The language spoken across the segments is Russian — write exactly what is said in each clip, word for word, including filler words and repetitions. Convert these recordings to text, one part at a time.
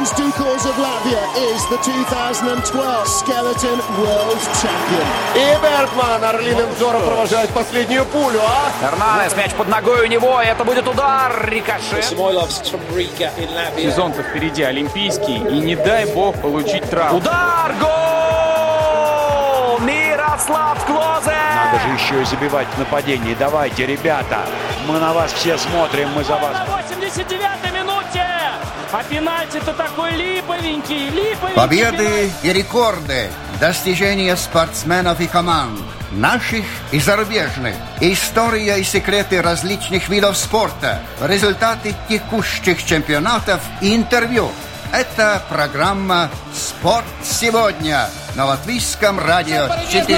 Martins Dukals of Latvia is the two thousand twelve Skeleton World Champion. И Бергман, орлиным взором провожает последнюю пулю, а? Эрнанес, мяч под ногой у него, это будет удар, рикошет. Сезон-то впереди олимпийский, и не дай бог получить травму. Удар, гол! Мирослав Клозе! Надо же еще и забивать в нападении. Давайте, ребята, мы на вас все смотрим, мы за вас. На восемьдесят девятой минуте! А пенальти-то такой липовенький, липовенький. Победы и рекорды, достижения спортсменов и команд, наших и зарубежных, история и секреты различных видов спорта, результаты текущих чемпионатов и интервью. Это программа «Спорт сегодня» на Латвийском радио четыре.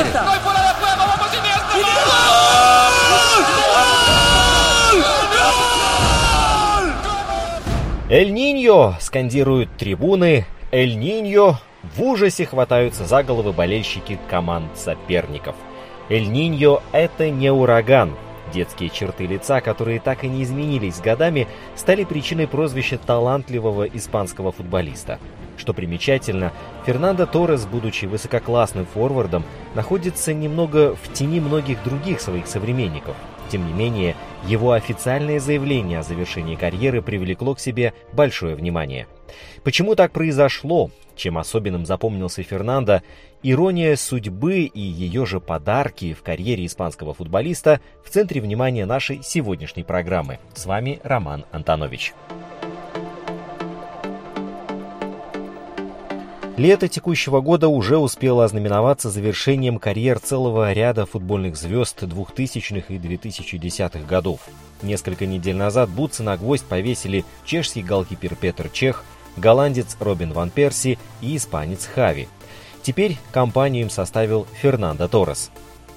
«Эль-Ниньо!» — скандируют трибуны. «Эль-Ниньо!» — в ужасе хватаются за головы болельщики команд соперников. «Эль-Ниньо» — это не ураган. Детские черты лица, которые так и не изменились с годами, стали причиной прозвища талантливого испанского футболиста. Что примечательно, Фернандо Торрес, будучи высококлассным форвардом, находится немного в тени многих других своих современников. Тем не менее, его официальное заявление о завершении карьеры привлекло к себе большое внимание. Почему так произошло? Чем особенным запомнился Фернандо? Ирония судьбы и ее же подарки в карьере испанского футболиста в центре внимания нашей сегодняшней программы. С вами Роман Антонович. Лето текущего года уже успело ознаменоваться завершением карьер целого ряда футбольных звезд двухтысячных и две тысячи десятых годов. Несколько недель назад бутсы на гвоздь повесили чешский голкипер Петр Чех, голландец Робин ван Перси и испанец Хави. Теперь компанию им составил Фернандо Торрес.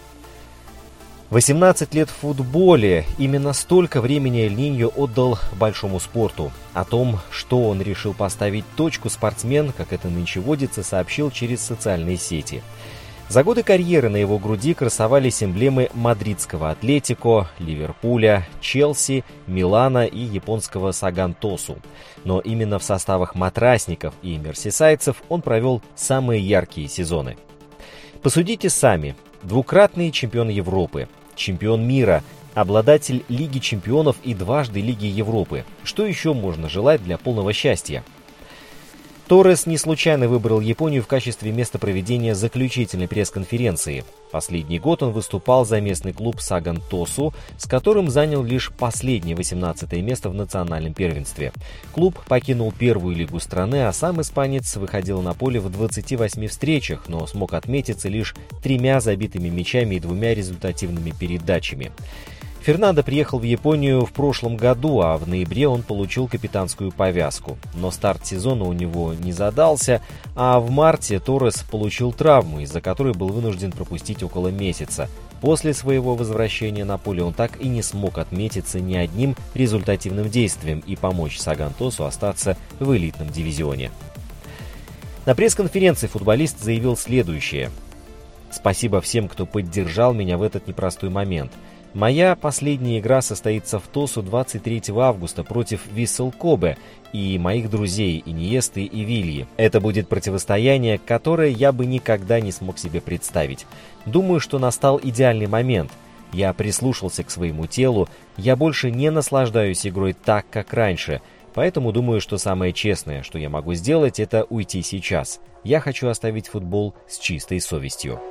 восемнадцать лет в футболе. Именно столько времени Эль-Ниньо отдал большому спорту. О том, что он решил поставить точку, спортсмен, как это нынче водится, сообщил через социальные сети. За годы карьеры на его груди красовались эмблемы мадридского Атлетико, Ливерпуля, Челси, Милана и японского Саган Тосу. Но именно в составах матрасников и мерсисайдцев он провел самые яркие сезоны. Посудите сами. Двукратный чемпион Европы, чемпион мира, обладатель Лиги чемпионов и дважды Лиги Европы. Что еще можно желать для полного счастья? Торрес не случайно выбрал Японию в качестве места проведения заключительной пресс-конференции. Последний год он выступал за местный клуб Саган Тосу, с которым занял лишь последнее восемнадцатое место в национальном первенстве. Клуб покинул первую лигу страны, а сам испанец выходил на поле в двадцати восьми встречах, но смог отметиться лишь тремя забитыми мячами и двумя результативными передачами. Фернандо приехал в Японию в прошлом году, а в ноябре он получил капитанскую повязку. Но старт сезона у него не задался, а в марте Торрес получил травму, из-за которой был вынужден пропустить около месяца. После своего возвращения на поле он так и не смог отметиться ни одним результативным действием и помочь Саган Тосу остаться в элитном дивизионе. На пресс-конференции футболист заявил следующее. «Спасибо всем, кто поддержал меня в этот непростой момент. Моя последняя игра состоится в Тосу двадцать третьего августа против Виссел Кобе и моих друзей Иньесты и Вильи. Это будет противостояние, которое я бы никогда не смог себе представить. Думаю, что настал идеальный момент. Я прислушался к своему телу, я больше не наслаждаюсь игрой так, как раньше, поэтому думаю, что самое честное, что я могу сделать, это уйти сейчас. Я хочу оставить футбол с чистой совестью».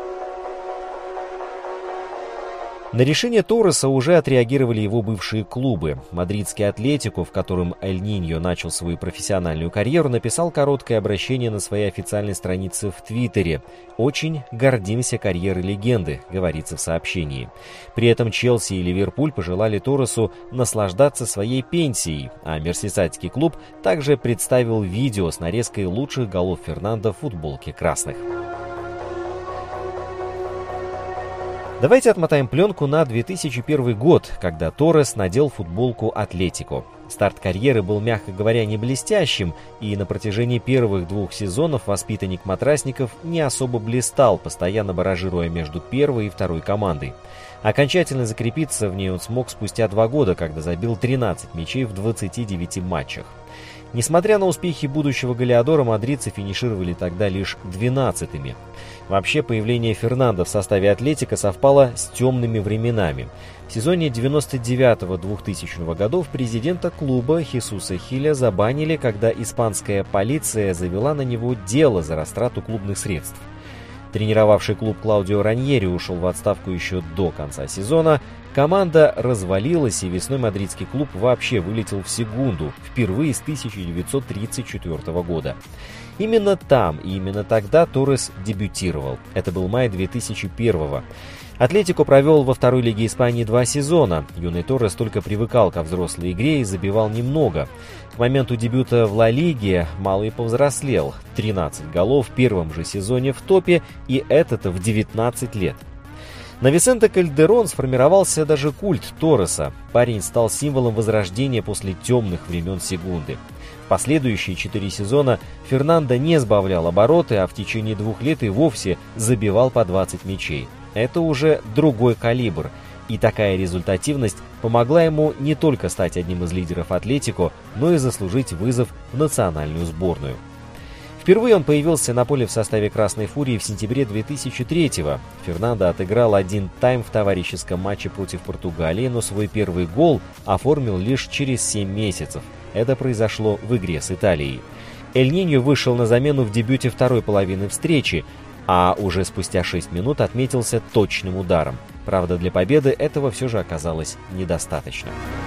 На решение Торреса уже отреагировали его бывшие клубы. Мадридский Атлетико, в котором Эль-Ниньо начал свою профессиональную карьеру, написал короткое обращение на своей официальной странице в Твиттере. «Очень гордимся карьерой легенды», — говорится в сообщении. При этом Челси и Ливерпуль пожелали Торресу наслаждаться своей пенсией, а мерсисайдский клуб также представил видео с нарезкой лучших голов Фернандо в футболке красных. Давайте отмотаем пленку на две тысячи первый год, когда Торрес надел футболку Атлетико. Старт карьеры был, мягко говоря, не блестящим, и на протяжении первых двух сезонов воспитанник матрасников не особо блистал, постоянно баражируя между первой и второй командой. Окончательно закрепиться в ней он смог спустя два года, когда забил тринадцать мячей в двадцати девяти матчах. Несмотря на успехи будущего голеадора, мадридцы финишировали тогда лишь двенадцатыми. Вообще, появление Фернандо в составе «Атлетико» совпало с темными временами. В сезоне девяносто девятого — двухтысячного годов президента клуба Хесуса Хиля забанили, когда испанская полиция завела на него дело за растрату клубных средств. Тренировавший клуб Клаудио Раньери ушел в отставку еще до конца сезона. Команда развалилась, и весной мадридский клуб вообще вылетел в секунду, впервые с тысяча девятьсот тридцать четвёртого года. Именно там и именно тогда Торрес дебютировал. Это был май две тысячи первого. «Атлетико» провел во второй лиге Испании два сезона. Юный Торрес только привыкал ко взрослой игре и забивал немного. К моменту дебюта в Ла Лиге малый повзрослел. тринадцать голов в первом же сезоне в топе, и это-то в девятнадцать лет. На Висенте Кальдерон сформировался даже культ Торреса. Парень стал символом возрождения после темных времен Сегунды. В последующие четыре сезона Фернандо не сбавлял обороты, а в течение двух лет и вовсе забивал по двадцать мячей. Это уже другой калибр, и такая результативность помогла ему не только стать одним из лидеров «Атлетико», но и заслужить вызов в национальную сборную. Впервые он появился на поле в составе «Красной Фурии» в сентябре две тысячи третьего. Фернандо отыграл один тайм в товарищеском матче против Португалии, но свой первый гол оформил лишь через семь месяцев. Это произошло в игре с Италией. Эль Ниньо вышел на замену в дебюте второй половины встречи, а уже спустя шесть минут отметился точным ударом. Правда, для победы этого все же оказалось недостаточно.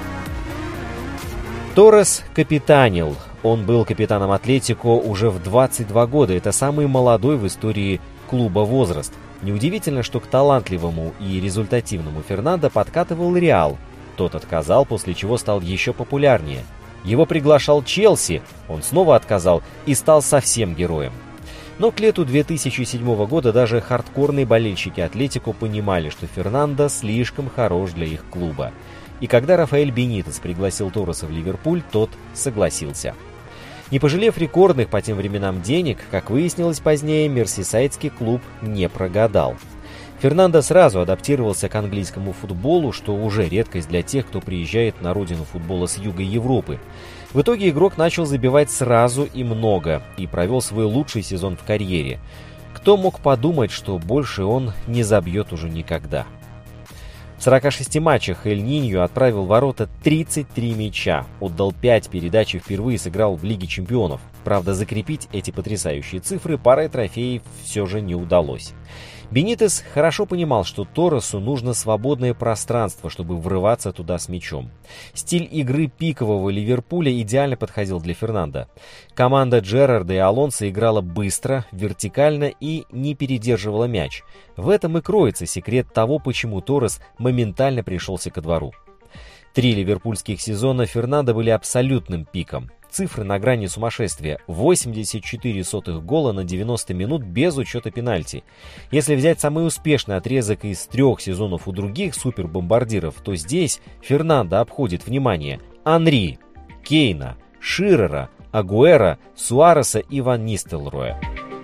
Торрес капитанил. Он был капитаном «Атлетико» уже в двадцать два года. Это самый молодой в истории клуба возраст. Неудивительно, что к талантливому и результативному Фернандо подкатывал Реал. Тот отказал, после чего стал еще популярнее. Его приглашал Челси, он снова отказал и стал совсем героем. Но к лету две тысячи седьмого года даже хардкорные болельщики «Атлетико» понимали, что Фернандо слишком хорош для их клуба. И когда Рафаэль Бенитес пригласил Торреса в Ливерпуль, тот согласился. Не пожалев рекордных по тем временам денег, как выяснилось позднее, мерсисайдский клуб не прогадал. Фернандо сразу адаптировался к английскому футболу, что уже редкость для тех, кто приезжает на родину футбола с юга Европы. В итоге игрок начал забивать сразу и много, и провел свой лучший сезон в карьере. Кто мог подумать, что больше он не забьет уже никогда? В сорока шести матчах Эль Ниньо отправил в ворота тридцать три мяча, отдал пять передач и впервые сыграл в Лиге чемпионов. Правда, закрепить эти потрясающие цифры парой трофеев все же не удалось. Бенитес хорошо понимал, что Торресу нужно свободное пространство, чтобы врываться туда с мячом. Стиль игры пикового Ливерпуля идеально подходил для Фернандо. Команда Джерарда и Алонсо играла быстро, вертикально и не передерживала мяч. В этом и кроется секрет того, почему Торрес моментально пришелся ко двору. Три ливерпульских сезона Фернандо были абсолютным пиком. Цифры на грани сумасшествия. восемьдесят четыре сотых гола на девяносто минут без учета пенальти. Если взять самый успешный отрезок из трех сезонов у других супербомбардиров, то здесь Фернандо обходит, внимание, Анри, Кейна, Ширера, Агуэра, Суареса и Ван Нистелрooя.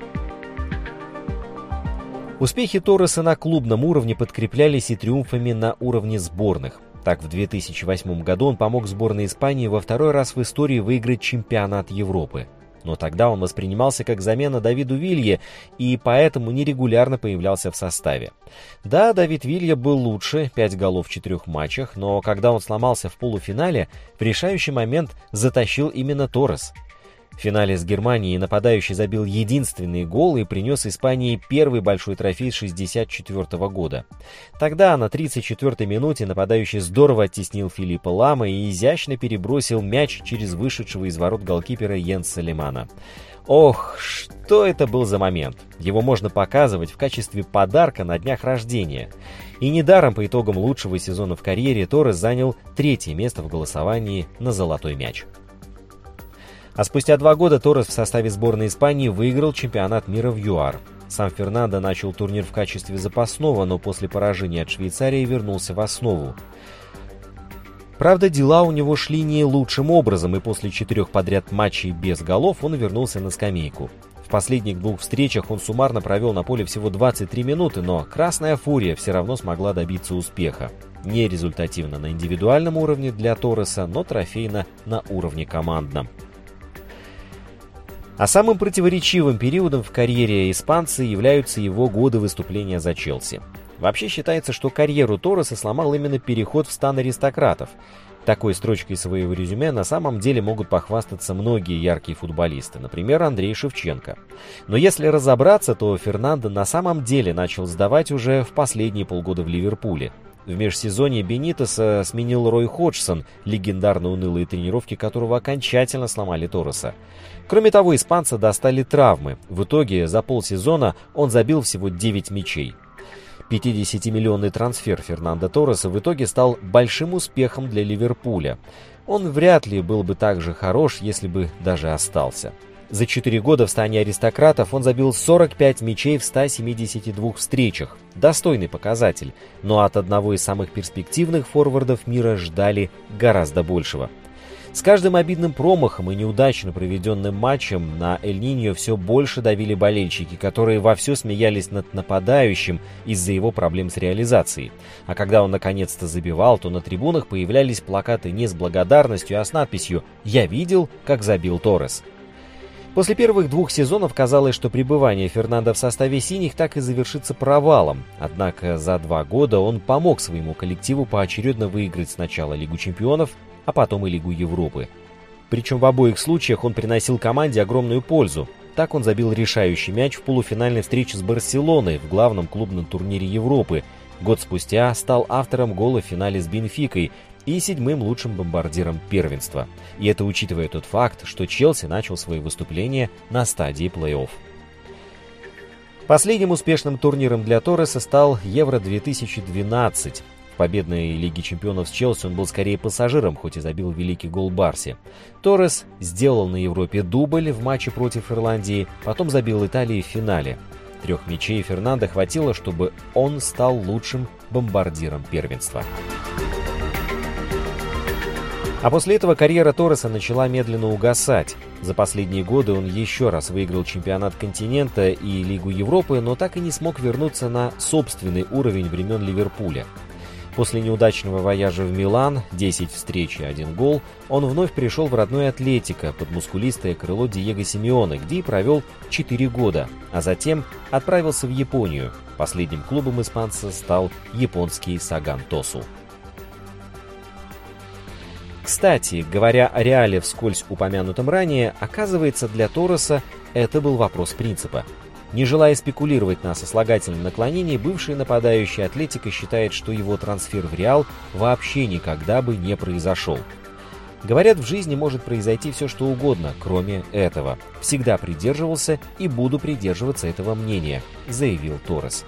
Успехи Торреса на клубном уровне подкреплялись и триумфами на уровне сборных. Так, в две тысячи восьмом году он помог сборной Испании во второй раз в истории выиграть чемпионат Европы. Но тогда он воспринимался как замена Давиду Вилье и поэтому нерегулярно появлялся в составе. Да, Давид Вилье был лучше, пять голов в четырех матчах, но когда он сломался в полуфинале, в решающий момент затащил именно Торрес. В финале с Германией нападающий забил единственный гол и принес Испании первый большой трофей с шестьдесят четвёртого года. Тогда на тридцать четвёртой минуте нападающий здорово оттеснил Филиппа Лама и изящно перебросил мяч через вышедшего из ворот голкипера Йенса Лемана. Ох, что это был за момент! Его можно показывать в качестве подарка на днях рождения. И недаром по итогам лучшего сезона в карьере Торрес занял третье место в голосовании на «Золотой мяч». А спустя два года Торрес в составе сборной Испании выиграл чемпионат мира в ЮАР. Сам Фернандо начал турнир в качестве запасного, но после поражения от Швейцарии вернулся в основу. Правда, дела у него шли не лучшим образом, и после четырех подряд матчей без голов он вернулся на скамейку. В последних двух встречах он суммарно провел на поле всего двадцать три минуты, но «Красная фурия» все равно смогла добиться успеха. Не результативно на индивидуальном уровне для Торреса, но трофейно на уровне командном. А самым противоречивым периодом в карьере испанца являются его годы выступления за Челси. Вообще считается, что карьеру Торреса сломал именно переход в стан аристократов. Такой строчкой своего резюме на самом деле могут похвастаться многие яркие футболисты, например, Андрей Шевченко. Но если разобраться, то Фернандо на самом деле начал сдавать уже в последние полгода в Ливерпуле. В межсезонье Бенитеса сменил Рой Ходжсон, легендарно унылые тренировки которого окончательно сломали Торреса. Кроме того, испанца достали травмы. В итоге за полсезона он забил всего девять мячей. пятидесятимиллионный трансфер Фернандо Торреса в итоге стал большим успехом для Ливерпуля. Он вряд ли был бы так же хорош, если бы даже остался. За четыре года в стане аристократов он забил сорок пять мячей в ста семидесяти двух встречах. Достойный показатель, но от одного из самых перспективных форвардов мира ждали гораздо большего. С каждым обидным промахом и неудачно проведенным матчем на Эль-Ниньо все больше давили болельщики, которые вовсю смеялись над нападающим из-за его проблем с реализацией. А когда он наконец-то забивал, то на трибунах появлялись плакаты не с благодарностью, а с надписью «Я видел, как забил Торрес». После первых двух сезонов казалось, что пребывание Фернандо в составе «Синих» так и завершится провалом. Однако за два года он помог своему коллективу поочередно выиграть сначала Лигу чемпионов, а потом и Лигу Европы. Причем в обоих случаях он приносил команде огромную пользу. Так он забил решающий мяч в полуфинальной встрече с Барселоной в главном клубном турнире Европы. Год спустя стал автором гола в финале с Бенфикой и седьмым лучшим бомбардиром первенства. И это учитывая тот факт, что Челси начал свои выступления на стадии плей-офф. Последним успешным турниром для Торреса стал Евро две тысячи двенадцать. В победной Лиге чемпионов с Челси он был скорее пассажиром, хоть и забил великий гол Барсе. Торрес сделал на Европе дубль в матче против Ирландии, потом забил Италии в финале. Трех мячей Фернандо хватило, чтобы он стал лучшим бомбардиром первенства. А после этого карьера Торреса начала медленно угасать. За последние годы он еще раз выиграл чемпионат континента и Лигу Европы, но так и не смог вернуться на собственный уровень времен Ливерпуля. После неудачного вояжа в Милан, десять встреч и один гол, он вновь пришел в родной Атлетико под мускулистое крыло Диего Симеоне, где и провел четыре года, а затем отправился в Японию. Последним клубом испанца стал японский Саган Тосу. Кстати, говоря о Реале вскользь упомянутом ранее, оказывается, для Торреса это был вопрос принципа. Не желая спекулировать на сослагательном наклонении, бывший нападающий Атлетико считает, что его трансфер в Реал вообще никогда бы не произошел. Говорят, в жизни может произойти все, что угодно, кроме этого. Всегда придерживался и буду придерживаться этого мнения, заявил Торрес.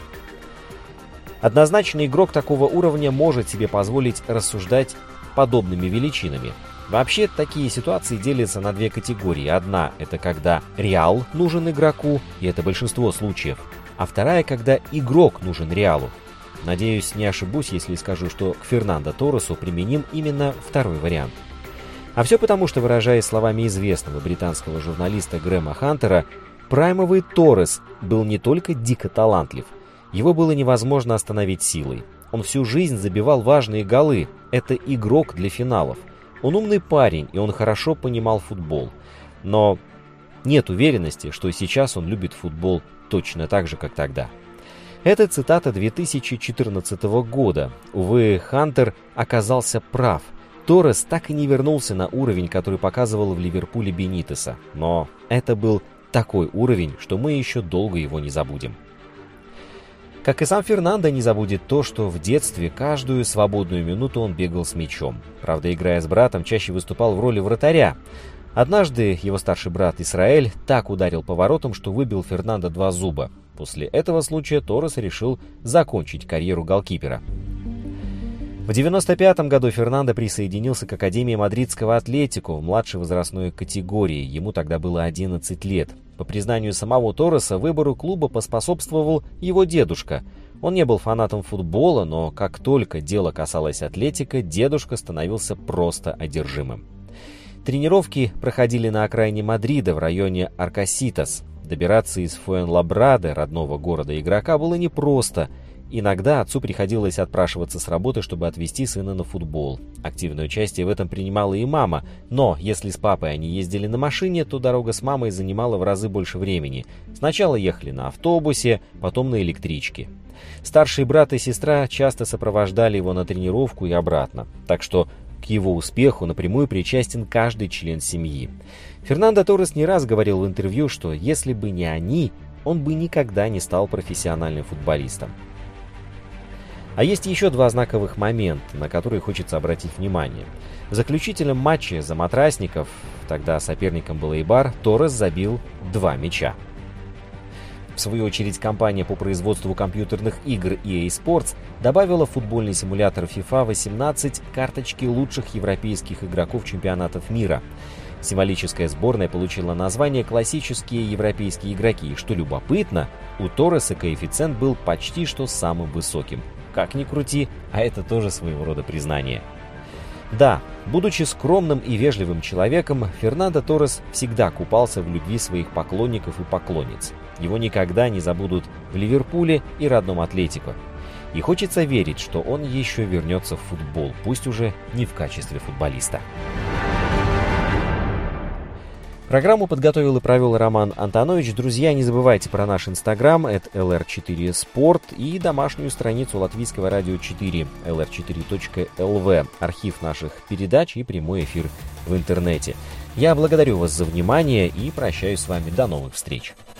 Однозначно, игрок такого уровня может себе позволить рассуждать подобными величинами. Вообще, такие ситуации делятся на две категории. Одна – это когда Реал нужен игроку, и это большинство случаев. А вторая – когда игрок нужен Реалу. Надеюсь, не ошибусь, если скажу, что к Фернандо Торресу применим именно второй вариант. А все потому, что, выражаясь словами известного британского журналиста Грэма Хантера, праймовый Торрес был не только дико талантлив, его было невозможно остановить силой. Он всю жизнь забивал важные голы. Это игрок для финалов. Он умный парень, и он хорошо понимал футбол. Но нет уверенности, что сейчас он любит футбол точно так же, как тогда. Это цитата две тысячи четырнадцатого года. Увы, Хантер оказался прав. Торрес так и не вернулся на уровень, который показывал в Ливерпуле Бенитеса. Но это был такой уровень, что мы еще долго его не забудем. Как и сам Фернандо не забудет то, что в детстве каждую свободную минуту он бегал с мячом. Правда, играя с братом, чаще выступал в роли вратаря. Однажды его старший брат Исраэль так ударил по воротам, что выбил Фернандо два зуба. После этого случая Торрес решил закончить карьеру голкипера. В девяносто пятом году Фернандо присоединился к Академии мадридского Атлетико в младшей возрастной категории. Ему тогда было одиннадцать лет. По признанию самого Торреса, выбору клуба поспособствовал его дедушка. Он не был фанатом футбола, но как только дело касалось Атлетико, дедушка становился просто одержимым. Тренировки проходили на окраине Мадрида в районе Аркаситас. Добираться из Фуэнлабраде, родного города игрока, было непросто. Иногда отцу приходилось отпрашиваться с работы, чтобы отвезти сына на футбол. Активное участие в этом принимала и мама, но если с папой они ездили на машине, то дорога с мамой занимала в разы больше времени. Сначала ехали на автобусе, потом на электричке. Старший брат и сестра часто сопровождали его на тренировку и обратно, так что к его успеху напрямую причастен каждый член семьи. Фернандо Торрес не раз говорил в интервью, что если бы не они, он бы никогда не стал профессиональным футболистом. А есть еще два знаковых момента, на которые хочется обратить внимание. В заключительном матче за матрасников, тогда соперником был Эйбар, Торрес забил два мяча. В свою очередь, компания по производству компьютерных игр и эй Sports добавила в футбольный симулятор FIFA восемнадцать карточки лучших европейских игроков чемпионатов мира. Символическая сборная получила название «Классические европейские игроки». И, что любопытно, у Торреса коэффициент был почти что самым высоким. Как ни крути, а это тоже своего рода признание. Да, будучи скромным и вежливым человеком, Фернандо Торрес всегда купался в любви своих поклонников и поклонниц. Его никогда не забудут в Ливерпуле и родном Атлетико. И хочется верить, что он еще вернется в футбол, пусть уже не в качестве футболиста. Программу подготовил и провел Роман Антонович. Друзья, не забывайте про наш инстаграм, это эл эр четыре спорт, и домашнюю страницу Латвийского радио четыре, эл эр четыре точка эл ви, архив наших передач и прямой эфир в интернете. Я благодарю вас за внимание и прощаюсь с вами до новых встреч.